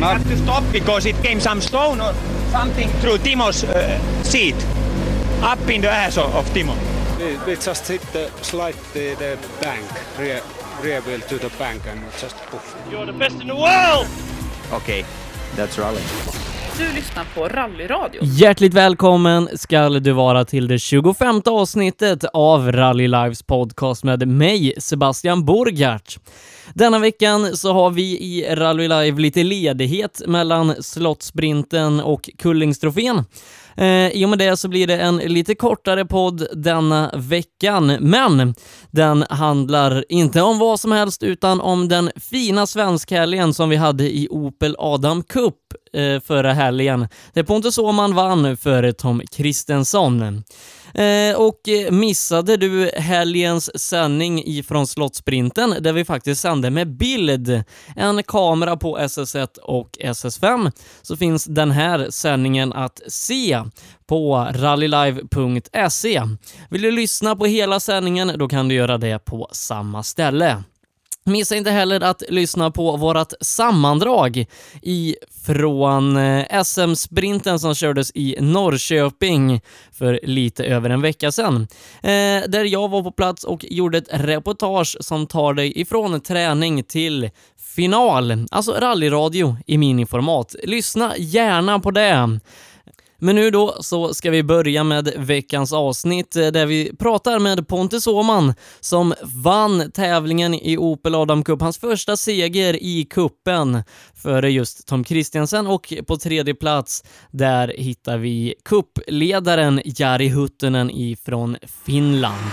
have to stop because it came some stone or something through Timo's seat, up in the ass of Timo. We just hit the bank, rear wheel to the bank and just poof. You're the best in the world! Okay, that's rally. Du lyssnar på Rallyradio. Hjärtligt välkommen ska du vara till det 25:e avsnittet av Rally Lives podcast med mig, Sebastian Borgart. Denna veckan så har vi i Rally Live lite ledighet mellan Slottsprinten och Kullingstrofén. I och med det så blir det en lite kortare podd denna veckan, men den handlar inte om vad som helst utan om den fina svenskhelgen som vi hade i Opel Adam Cup förra helgen. Det Pontus Åhman vann för Tom Kristensson. Och missade du helgens sändning ifrån Slottsprinten där vi faktiskt sände med bild, en kamera på SS1 och SS5, så finns den här sändningen att se på rallylive.se. Vill du lyssna på hela sändningen, då kan du göra det på samma ställe. Missa inte heller att lyssna på vårat sammandrag från SM-sprinten som kördes i Norrköping för lite över en vecka sedan. Där jag var på plats och gjorde ett reportage som tar dig ifrån träning till final. Alltså rallyradio i miniformat. Lyssna gärna på det. Men nu då så ska vi börja med veckans avsnitt där vi pratar med Pontus Åhman som vann tävlingen i Opel Adam Cup. Hans första seger i kuppen för just Tom Kristiansen, och på tredje plats där hittar vi kuppledaren Jari Huttunen ifrån Finland.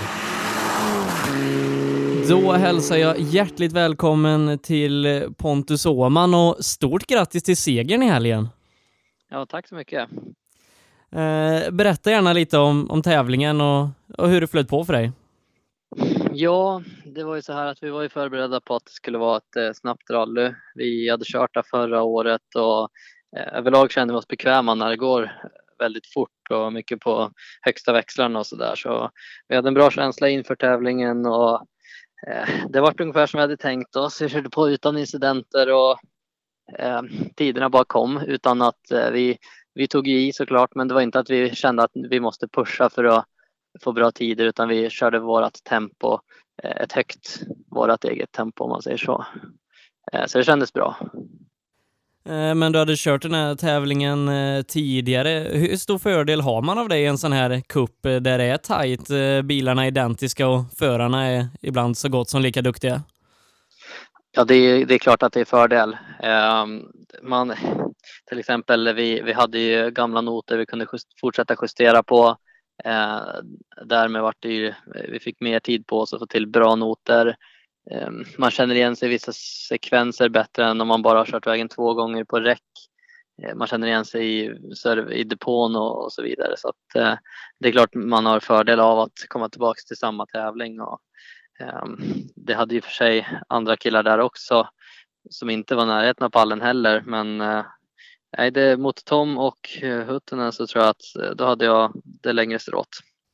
Då hälsar jag hjärtligt välkommen till Pontus Åhman och stort grattis till segern i helgen. Ja, tack så mycket. Berätta gärna lite om tävlingen och hur det flöt på för dig. Ja, det var ju så här att vi var ju förberedda på att det skulle vara ett snabbt rally. Vi hade kört där förra året och överlag kände vi oss bekväma när det går väldigt fort och mycket på högsta växlarna och sådär. Så vi hade en bra känsla inför tävlingen och det var ungefär som vi hade tänkt oss. Vi körde på utan incidenter och tiderna bara kom utan att vi tog i såklart, men det var inte att vi kände att vi måste pusha för att få bra tider, utan vi körde vårat tempo, ett högt, vårat eget tempo om man säger så. Så det kändes bra. Men du hade kört den här tävlingen tidigare. Hur stor fördel har man av det i en sån här cup där det är tajt, bilarna är identiska och förarna är ibland så gott som lika duktiga? Ja, det är klart att det är fördel. Till exempel, vi hade ju gamla noter vi kunde fortsätta justera på. Därmed var det ju, vi fick mer tid på oss att få till bra noter. Man känner igen sig i vissa sekvenser bättre än om man bara har kört vägen 2 gånger på räck. Man känner igen sig i depån och så vidare. Så att, det är klart man har fördel av att komma tillbaka till samma tävling. Och det hade ju för sig andra killar där också som inte var närheten av pallen heller, men det mot Tom och Huttunen så tror jag att då hade jag det längre strået.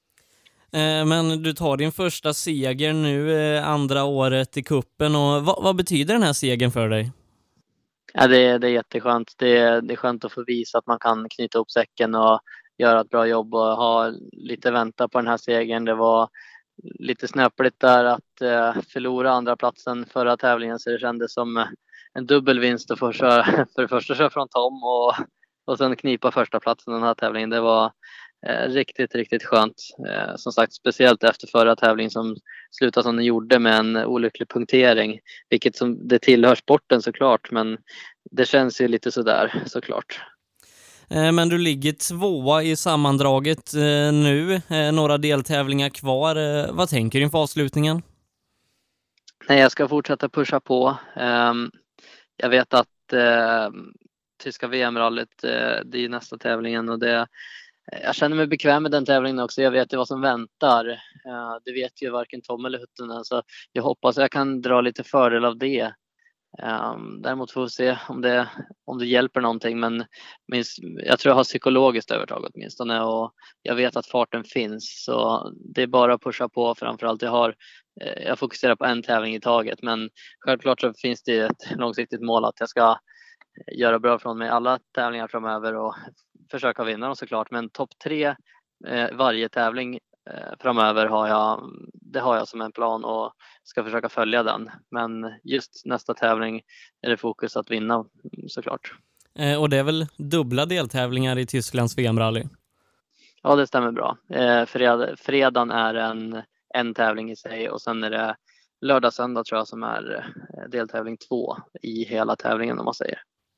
Men du tar din första seger nu, andra året i kuppen, och vad betyder den här segern för dig? Ja, det är jätteskönt. Det är skönt att få visa att man kan knyta ihop säcken och göra ett bra jobb och ha lite vänta på den här segern. Det var lite snöpligt där att förlora andra platsen förra tävlingen, så det kändes som en dubbelvinst att för det första köra från Tom och sen knipa första platsen den här tävlingen. Det var riktigt, riktigt skönt. Som sagt, speciellt efter förra tävlingen som slutade som den gjorde med en olycklig punktering, vilket som det tillhör sporten såklart, men det känns ju lite sådär såklart. Men du ligger 2 i sammandraget nu, några deltävlingar kvar. Vad tänker du inför avslutningen? Nej, jag ska fortsätta pusha på. Jag vet att tyska VM-rallyt, det är nästa tävlingen, och jag känner mig bekväm med den tävlingen också. Jag vet ju vad som väntar. Det vet ju varken Tom eller Huttunen, så jag hoppas jag kan dra lite fördel av det. Däremot får vi se om det hjälper någonting, men jag tror jag har psykologiskt övertag åtminstone, och jag vet att farten finns, så det är bara att pusha på. Framförallt jag fokuserar på en tävling i taget, men självklart så finns det ett långsiktigt mål att jag ska göra bra från mig alla tävlingar framöver och försöka vinna dem såklart. Men topp 3 varje tävling framöver har jag som en plan och ska försöka följa den. Men just nästa tävling är det fokus att vinna såklart. Och det är väl dubbla deltävlingar i Tysklands VM-rally? Ja, det stämmer bra. Fredagen är en tävling i sig och sen är det lördag söndag tror jag som är deltävling 2 i hela tävlingen om man säger.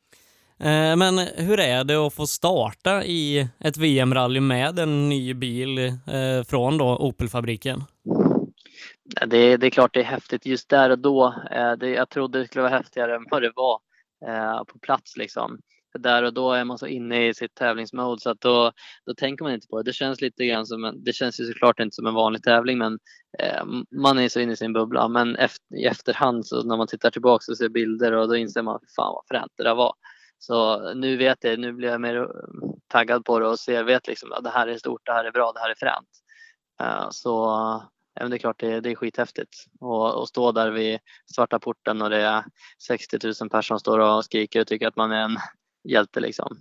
Men hur är det att få starta i ett VM-rally med en ny bil från då Opel-fabriken? Det är klart det är häftigt just där och då. Jag trodde det skulle vara häftigare än vad det var på plats liksom. För där och då är man så inne i sitt tävlingsmode så att då tänker man inte på det. Det känns lite grann det känns ju såklart inte som en vanlig tävling men man är så inne i sin bubbla. Men i efterhand så när man tittar tillbaka och ser bilder och då inser man fan vad fränt det där var. Så nu vet jag, nu blir jag mer taggad på det och vet liksom att det här är stort, det här är bra, det här är fränt. Så även det är klart det är skithäftigt och stå där vid svarta porten och det är 60 000 personer som står och skriker och tycker att man är en hjälte liksom.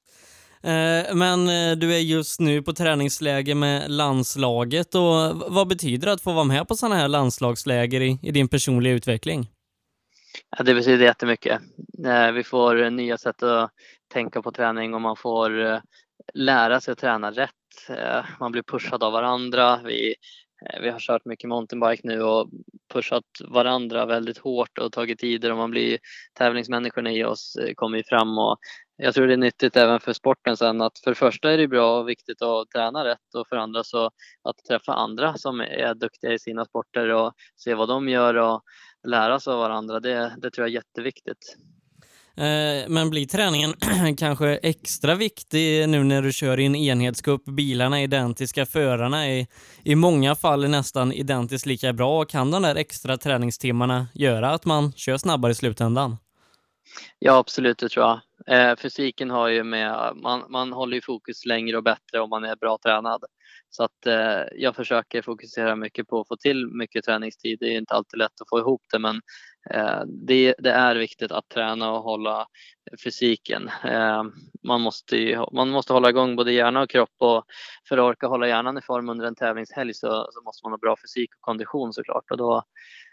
Men du är just nu på träningsläger med landslaget och vad betyder det att få vara med på sådana här landslagsläger i din personliga utveckling? Ja, det betyder jättemycket. Vi får nya sätt att tänka på träning och man får lära sig att träna rätt. Man blir pushad av varandra. Vi har kört mycket mountainbike nu och pushat varandra väldigt hårt och tagit tider och man blir tävlingsmänniskorna i oss kommer ju fram och jag tror det är nyttigt även för sporten sen att för det första är det bra och viktigt att träna rätt och för andra så att träffa andra som är duktiga i sina sporter och se vad de gör och lära sig av varandra. Det tror jag är jätteviktigt. Men blir träningen kanske extra viktig nu när du kör i en enhetscup? Bilarna är identiska, förarna är i många fall nästan identiskt lika bra. Kan de där extra träningstimmarna göra att man kör snabbare i slutändan? Ja, absolut, det tror jag. Fysiken har ju med, man håller ju fokus längre och bättre om man är bra tränad. Så att jag försöker fokusera mycket på att få till mycket träningstid. Det är inte alltid lätt att få ihop det men det är viktigt att träna och hålla fysiken. Man måste hålla igång både hjärna och kropp och för att orka hålla hjärnan i form under en tävlingshelg så måste man ha bra fysik och kondition såklart. Och då,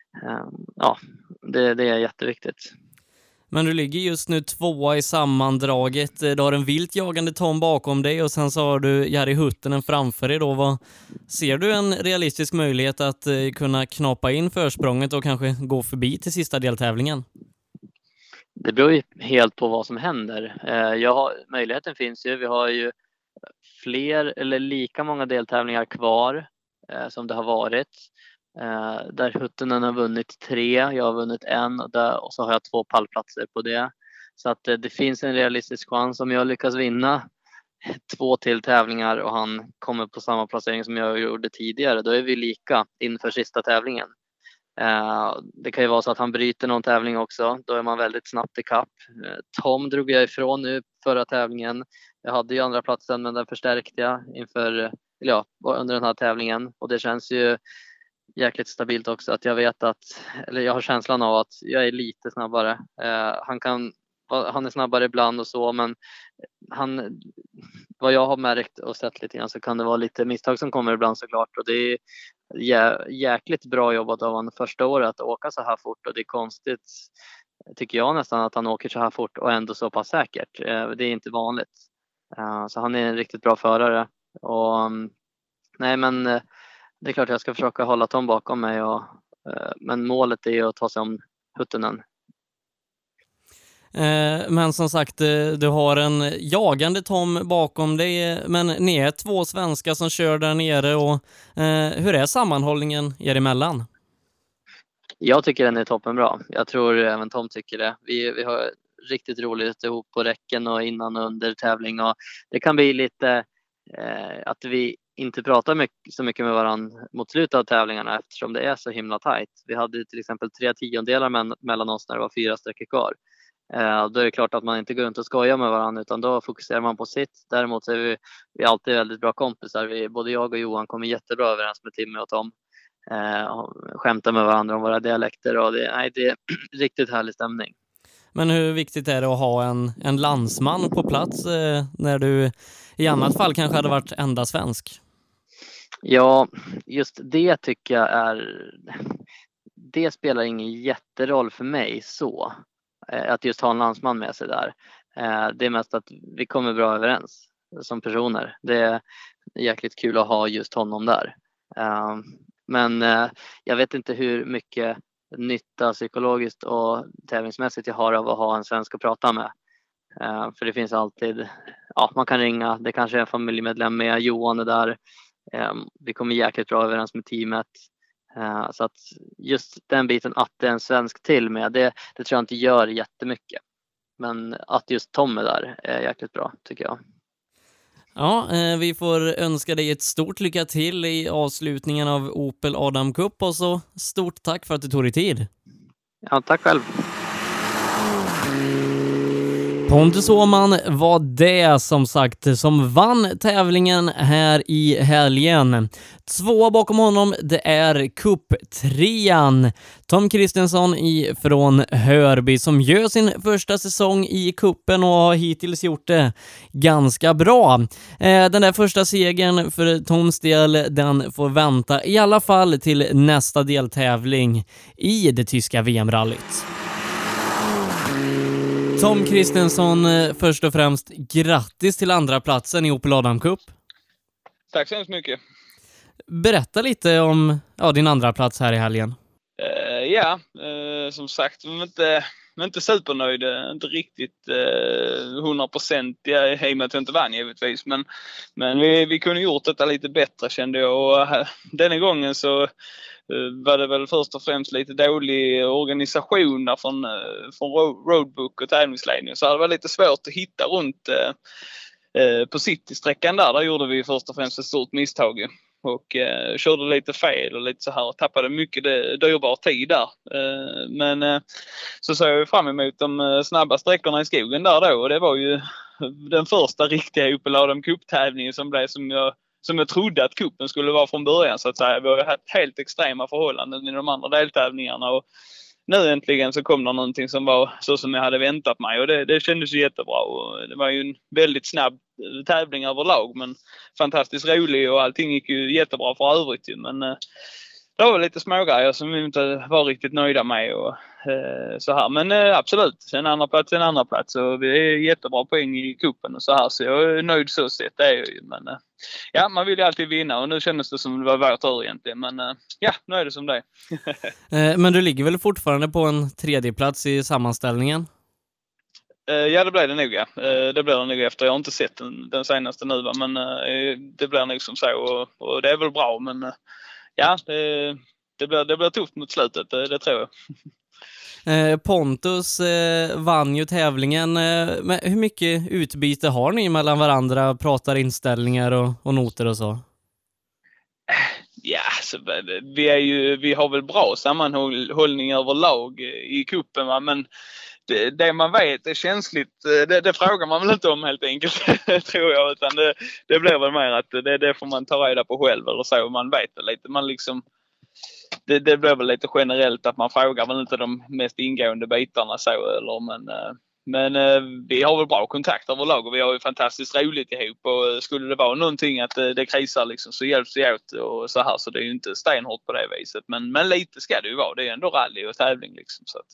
det är jätteviktigt. Men du ligger just nu 2 i sammandraget. Du har en vilt jagande Tom bakom dig och sen så har du Jari Huttunen framför dig då. Ser du en realistisk möjlighet att kunna knapa in försprånget och kanske gå förbi till sista deltävlingen? Det beror ju helt på vad som händer. Möjligheten finns ju. Vi har ju fler eller lika många deltävlingar kvar som det har varit. Där Huttunen har vunnit 3, jag har vunnit 1 och så har jag 2 pallplatser på det. Så att det finns en realistisk chans om jag lyckas vinna 2 till tävlingar och han kommer på samma placering som jag gjorde tidigare. Då är vi lika inför sista tävlingen. Det kan ju vara så att han bryter någon tävling också. Då är man väldigt snabbt i kapp. Tom drog jag ifrån nu förra tävlingen. Jag hade ju andra platsen men den förstärkte jag under den här tävlingen. Och det känns ju jäkligt stabilt också att jag vet jag har känslan av att jag är lite snabbare. Han är snabbare ibland och så men vad jag har märkt och sett lite grann så kan det vara lite misstag som kommer ibland såklart och det är jäkligt bra jobbat av honom första året att åka så här fort och det är konstigt tycker jag nästan att han åker så här fort och ändå så pass säkert. Det är inte vanligt. Så han är en riktigt bra förare och nej men det är klart jag ska försöka hålla Tom bakom mig men målet är att ta sig om Huttunen. Men som sagt, du har en jagande Tom bakom dig, men ni är 2 svenskar som kör där nere och hur är sammanhållningen er emellan? Jag tycker den är toppenbra. Jag tror även Tom tycker det. Vi har riktigt roligt ihop på räcken och innan och under tävling och det kan bli lite att vi inte pratar så mycket med varandra mot slutet av tävlingarna eftersom det är så himla tajt. Vi hade till exempel 3 tiondelar mellan oss när det var 4 sträckor kvar. Då är det klart att man inte går runt och skojar med varandra utan då fokuserar man på sitt. Däremot så är vi alltid väldigt bra kompisar. Både jag och Johan kommer jättebra överens med Timmy och Tom. Skämtar med varandra om våra dialekter och det är riktigt härlig stämning. Men hur viktigt är det att ha en landsman på plats när du i annat fall kanske hade varit enda svensk? Ja, just det tycker jag det spelar ingen jätteroll för mig så. Att just ha en landsman med sig där. Det är mest att vi kommer bra överens som personer. Det är jäkligt kul att ha just honom där. Men jag vet inte hur mycket nytta psykologiskt och tävlingsmässigt jag har av att ha en svensk att prata med. För det finns alltid, man kan ringa, det kanske är en familjemedlem med, Johan är där. Vi kommer jäkligt bra överens med teamet. Så att just den biten att det är en svensk till med, det tror jag inte gör jättemycket. Men att just Tom är där är jäkligt bra tycker jag. Ja, vi får önska dig ett stort lycka till i avslutningen av Opel Adam Cup och så stort tack för att du tog dig tid. Ja, tack själv. Pontus Åhman var det som sagt som vann tävlingen här i helgen. 2 bakom honom, det är Cup-3an. Tom Kristensson från Hörby som gör sin första säsong i kuppen och har hittills gjort det ganska bra. Den där första segern för Toms del, den får vänta i alla fall till nästa deltävling i det tyska VM-rallyt. Tom Kristensson, först och främst grattis till andra platsen i Opel Adam Cup. Tack så hemskt mycket. Berätta lite om din andra plats här i helgen. Som sagt, men inte supernöjd, inte riktigt 100% i och med att jag inte vann givetvis. Men vi kunde gjort detta lite bättre kände jag, och denna gången så var det väl först och främst lite dålig organisation där från roadbook och tävlingsledning. Så det var lite svårt att hitta runt på citysträckan där gjorde vi först och främst ett stort misstag. Och körde lite fel och lite så här och tappade mycket dyrbar tid där. Men så såg jag fram emot de snabba sträckorna i skogen där då. Och det var ju den första riktiga Opel Adam Cup-tävlingen som blev som jag trodde att kuppen skulle vara från början så att säga. Vi har haft helt extrema förhållanden i de andra deltävlingarna och nu äntligen så kom det någonting som var så som jag hade väntat mig och det kändes jättebra och det var ju en väldigt snabb tävling överlag men fantastiskt rolig och allting gick ju jättebra för övrigt ju, men det var lite smågrejer som vi inte var riktigt nöjda med och så här. Men absolut, en andra plats och vi är jättebra poäng i kuppen och så här så jag är nöjd så sett det är jag ju, men ja, man vill ju alltid vinna och nu kändes det som det var vårt tur egentligen, men ja, nu är det som det är. Men du ligger väl fortfarande på en 3:e plats i sammanställningen? Ja, det blir det nog, ja. Det blir det nog efter. Jag har inte sett den senaste nu, men det blir nog som så och det är väl bra, men ja, det blir tufft mot slutet, det tror jag. Pontus vann ju tävlingen. Men hur mycket utbyte har ni mellan varandra? Pratar inställningar och noter och så? Ja, så vi har väl bra sammanhållning överlag i kuppen, va? Men det man vet är känsligt, det frågar man väl inte om helt enkelt tror jag, utan det blir väl mer att det får man ta reda på själv eller så, man vet det lite, man liksom det blir väl lite generellt att man frågar väl inte de mest ingående bitarna så eller men vi har väl bra kontakt överlag och vi har ju fantastiskt roligt ihop och skulle det vara någonting att det krisar liksom så hjälps vi åt och så här, så det är ju inte stenhårt på det viset, men lite ska det ju vara, det är ändå rally och tävling liksom så att.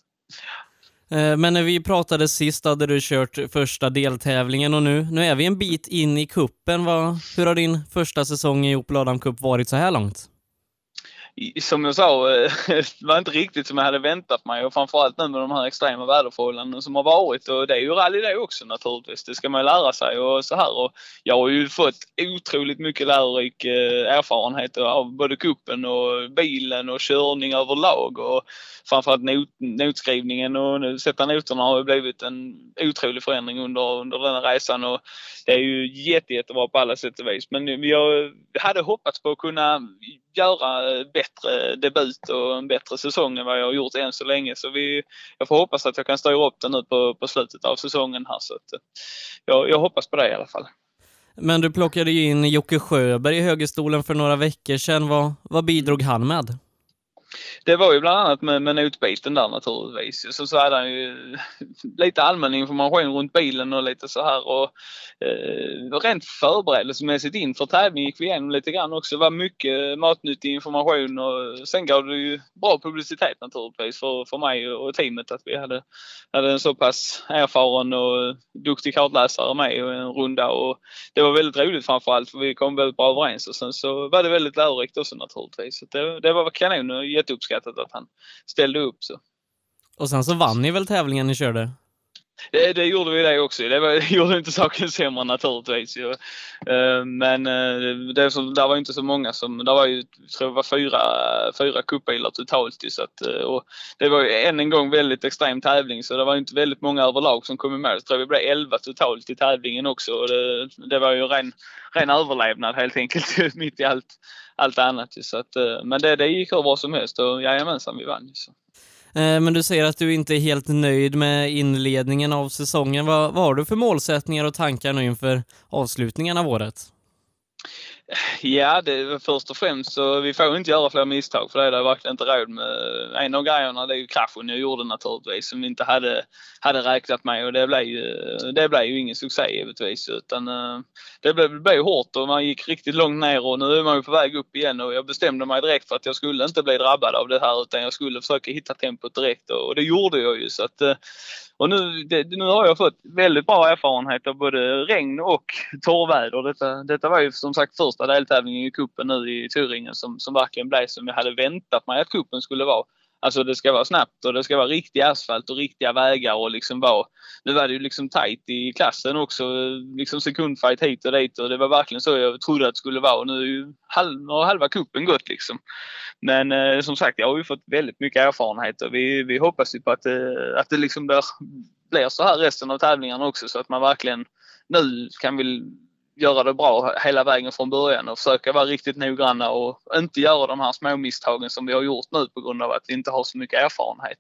Men när vi pratade sist hade du kört första deltävlingen och nu är vi en bit in i kuppen. Hur har din första säsong i Opel Adam Cup varit så här långt? Som jag sa, det var inte riktigt som jag hade väntat mig och framförallt nu med de här extrema väderförhållandena som har varit och det är ju rally det också naturligtvis, det ska man lära sig och så här och jag har ju fått otroligt mycket lärorik erfarenhet av både kuppen och bilen och körning överlag och framförallt notskrivningen och sätta noterna har ju blivit en otrolig förändring under den här resan och det är ju jättebra på alla sätt och vis, men jag hade hoppats på att kunna göra bättre debut och en bättre säsong än vad jag har gjort än så länge. Så jag får hoppas att jag kan styra upp den nu på slutet av säsongen här. Så att, jag hoppas på det i alla fall. Men du plockade ju in Jocke Sjöberg i högerstolen för några veckor sedan. Vad bidrog han med? Det var ju bland annat med notbiten där naturligtvis. Så hade han ju lite allmän information runt bilen och lite så här. Och rent förberedelsemässigt inför tävling gick vi igenom lite grann också. Det var mycket matnyttig information och sen gav det ju bra publicitet naturligtvis för mig och teamet att vi hade en så pass erfaren och duktig kartläsare med och en runda. Och det var väldigt roligt framförallt för vi kom väldigt bra överens och sen så var det väldigt lärorikt också naturligtvis. Så det var kanon och jätteuppskattat att han ställde upp så. Och sen så vann ni väl tävlingen ni körde? Det gjorde vi det också. Det gjorde inte saken sämre naturligtvis. Men där var inte så många som... Det var ju, tror jag, var fyra cupbilar totalt. Så att, och det var ju än en gång väldigt extrem tävling så det var inte väldigt många överlag som kom med. Jag tror vi blev 11 totalt i tävlingen också. Och det var ju ren överlevnad helt enkelt mitt i allt annat. Så att, men det gick hur bra som helst och jajamensan vi vann. Så. Men du säger att du inte är helt nöjd med inledningen av säsongen. Vad har du för målsättningar och tankar nu inför avslutningen av året? Ja, det är först och främst så vi får inte göra fler misstag för det är det verkligen inte råd med. En av grejerna det är ju kraschen jag gjorde naturligtvis som vi inte hade räknat med och det blev ju ingen succé givetvis utan det blev ju hårt och man gick riktigt långt ner och nu är man ju på väg upp igen och jag bestämde mig direkt för att jag skulle inte bli drabbad av det här utan jag skulle försöka hitta tempot direkt och det gjorde jag ju så att och nu har jag fått väldigt bra erfarenhet av både regn och torrväder. Detta var ju som sagt första deltävlingen i kuppen nu i Thüringen som verkligen blev som jag hade väntat mig att kuppen skulle vara. Alltså det ska vara snabbt och det ska vara riktig asfalt och riktiga vägar och liksom nu var det ju liksom tajt i klassen också, liksom sekundfight hit och dit och det var verkligen så jag trodde att det skulle vara och nu är ju halva kuppen gått liksom. Men som sagt, jag har ju fått väldigt mycket erfarenhet och vi hoppas ju på att det liksom blir så här resten av tävlingarna också så att man verkligen nu kan vi göra det bra hela vägen från början och försöka vara riktigt noggranna och inte göra de här små misstagen som vi har gjort nu på grund av att vi inte har så mycket erfarenhet.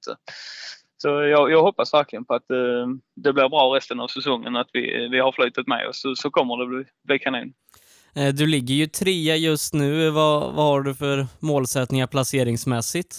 Så jag hoppas verkligen på att det blir bra resten av säsongen, att vi har flyttat med oss så kommer det bli kanon. Du ligger ju 3 just nu. Vad har du för målsättningar placeringsmässigt?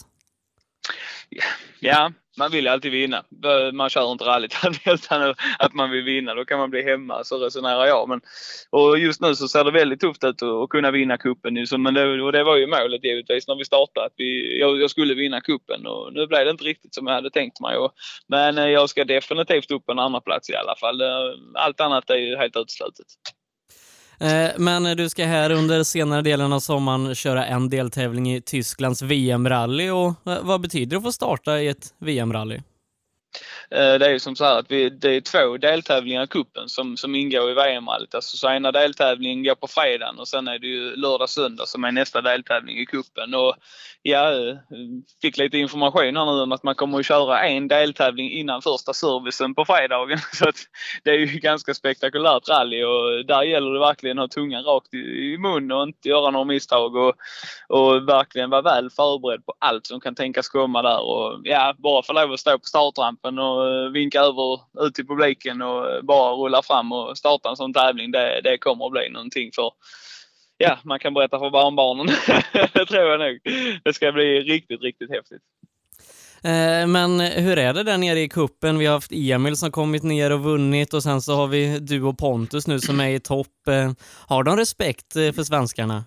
Ja, man vill ju alltid vinna. Man kör inte rallyt utan att man vill vinna. Då kan man bli hemma, så resonerar jag. Och just nu så ser det väldigt tufft ut att kunna vinna kuppen. Men det var ju målet givetvis när vi startade. Att jag skulle vinna kuppen och nu blev det inte riktigt som jag hade tänkt mig. Men jag ska definitivt upp en andra plats i alla fall. Allt annat är ju helt utslutet. Men du ska här under senare delen av sommaren köra en deltävling i Tysklands VM-rally och vad betyder det att få starta i ett VM-rally? Det är ju som så här att det är 2 deltävlingar i kuppen som ingår i VM-rallyt. Alltså så ena deltävlingen går på fredagen och sen är det ju lördag-söndag som är nästa deltävling i kuppen. Och jag fick lite information här nu om att man kommer att köra en deltävling innan första servicen på fredagen. Så att det är ju ganska spektakulärt rally och där gäller det verkligen att ha tungan rakt i mun och inte göra några misstag och verkligen vara väl förberedd på allt som kan tänkas komma där. Och bara få lov att stå på startrampen och vinka över ut till publiken och bara rulla fram och starta en sån tävling. Det kommer att bli någonting för man kan berätta för barnbarnen. Det tror jag nog. Det ska bli riktigt, riktigt häftigt. Men hur är det där nere i kuppen? Vi har haft Emil som kommit ner och vunnit och sen så har vi du och Pontus nu som är i topp. Har de respekt för svenskarna?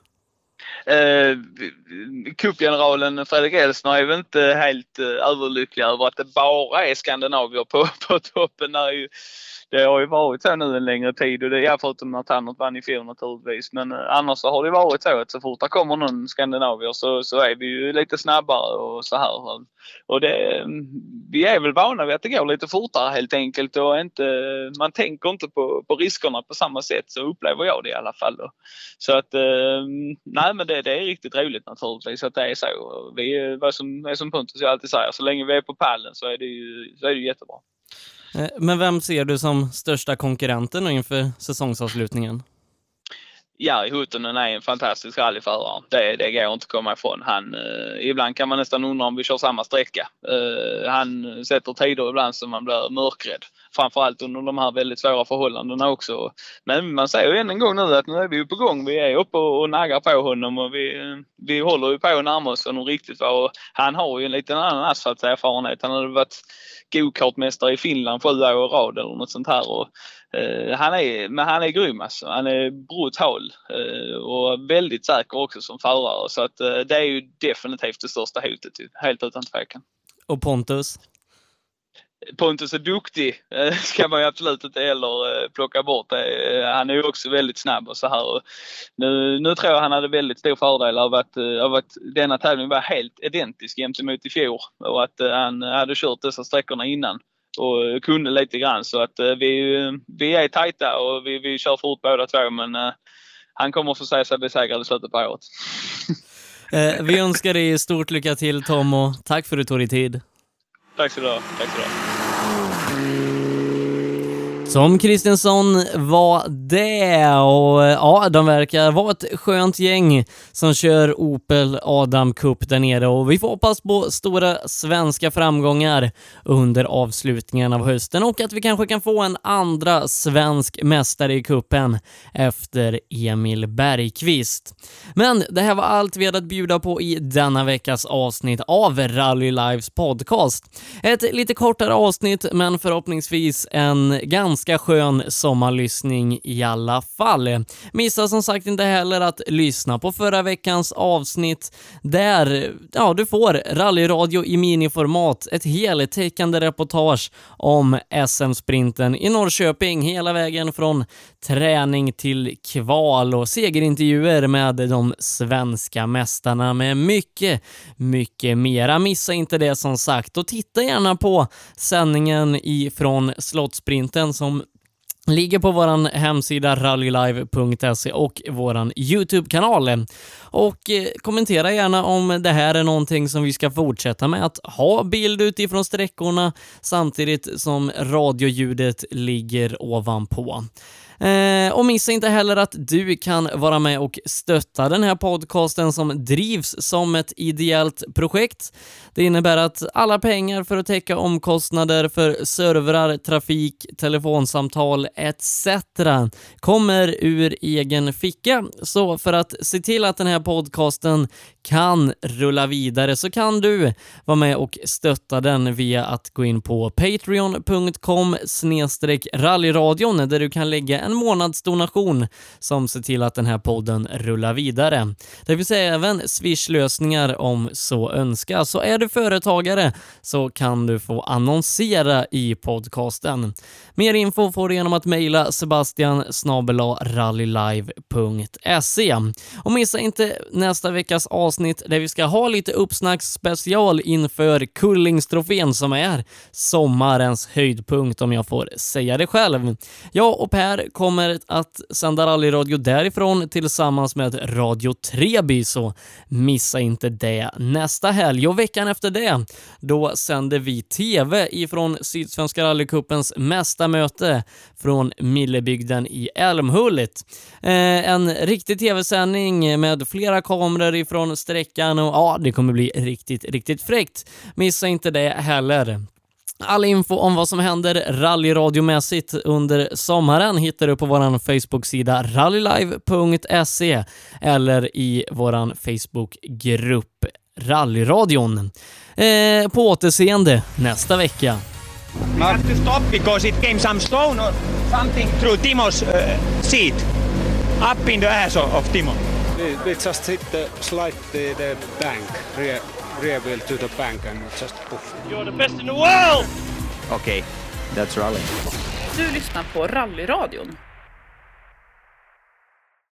Cupgeneralen Fredrik Elsner är väl inte helt överlycklig över att det bara är skandinavier på toppen. Det har ju varit så nu en längre tid och det är förutom att han vann i fjol naturligtvis. Men annars så har det varit så att så fort det kommer någon skandinavier så är vi ju lite snabbare och så här. Och vi är väl vana vid att det går lite fortare helt enkelt och man tänker inte på riskerna på samma sätt, så upplever jag det i alla fall. Så att nej, men det är riktigt roligt naturligtvis att det är så. Vi vad som Pontus jag alltid säger, så länge vi är på pallen så är det ju jättebra. Men vem ser du som största konkurrenten inför säsongsavslutningen? Jari Huttunen är en fantastisk rallyförare. Det går inte att komma ifrån. Ibland kan man nästan undra om vi kör samma sträcka. Han sätter tider ibland som man blir mörkrädd. framförallt under de här väldigt svåra förhållandena också. Men man säger ju än en gång nu att nu är vi ju på gång. Vi är uppe och naggar på honom och vi håller ju på att närma oss honom riktigt. Och han har ju en liten annan asfaltserfarenhet. Han hade varit go-kartmästare i Finland 7 år i rad eller något sånt här. Och, han är grym alltså. Han är brutal och väldigt säker också som förare. Så att det är ju definitivt det största hotet, helt utan tvekan. Och Pontus? Pontus är duktig, ska man ju absolut inte heller plocka bort. Han är ju också väldigt snabb och så här. Och nu tror jag han hade väldigt stor fördel av att denna tävling var helt identisk gentemot i fjol. Och att han hade kört dessa sträckorna innan och kunde lite grann. Så att vi är tajta och vi kör fort båda två, men han kommer få säga sig besegrad i slutet på året. Vi önskar dig stort lycka till, Tom, och tack för att du tog dig tid. Tack så du ha. Tom Kristensson var det, och ja, de verkar vara ett skönt gäng som kör Opel Adam Cup där nere, och vi får hoppas på stora svenska framgångar under avslutningen av hösten och att vi kanske kan få en andra svensk mästare i kuppen efter Emil Bergqvist. Men det här var allt vi hade att bjuda på i denna veckas avsnitt av Rally Lives podcast. Ett lite kortare avsnitt, men förhoppningsvis en ganska skön sommarlyssning i alla fall. Missa som sagt inte heller att lyssna på förra veckans avsnitt där du får rallyradio i miniformat, ett heltäckande reportage om SM-sprinten i Norrköping hela vägen från träning till kval och segerintervjuer med de svenska mästarna med mycket, mycket mera. Missa inte det som sagt, och titta gärna på sändningen ifrån Slottsprinten som ligger på våran hemsida rallylive.se och våran YouTube-kanal. Och kommentera gärna om det här är någonting som vi ska fortsätta med, att ha bild utifrån sträckorna samtidigt som radioljudet ligger ovanpå. Och missa inte heller att du kan vara med och stötta den här podcasten som drivs som ett ideellt projekt. Det innebär att alla pengar för att täcka omkostnader för servrar, trafik, telefonsamtal etc. kommer ur egen ficka. Så för att se till att den här podcasten kan rulla vidare så kan du vara med och stötta den via att gå in på patreon.com/rallyradion där du kan lägga en månadsdonation som ser till att den här podden rullar vidare. Det vill säga även Swish-lösningar om så önskas. Så är du företagare så kan du få annonsera i podcasten. Mer info får du genom att mejla sebastian@rallylive.se. Och missa inte nästa veckas avsnitt där vi ska ha lite uppsnacksspecial inför Kullingstrofén som är sommarens höjdpunkt, om jag får säga det själv. Jag och Per kommer att sända rallyradio därifrån tillsammans med Radio Treby, så missa inte det nästa helg. Och veckan efter det, då sänder vi TV ifrån Sydsvenska rallycupens mästarmöte från Millebygden i Älmhullet. En riktig TV-sändning med flera kameror ifrån sträckan, och det kommer bli riktigt fräckt. Missa inte det heller. All info om vad som händer rallyradiomässigt under sommaren hittar du på våran Facebook-sida rallylive.se eller i våran Facebook-grupp Rallyradion. På återseende nästa vecka. We have to stop because it came some stone or something through Timo's seat, up in the ass of Timo. We just hit the bank, rear wheel to the bank and just poof. You're the best in the world! Okay, that's rally. Du lyssnar på Rallyradion.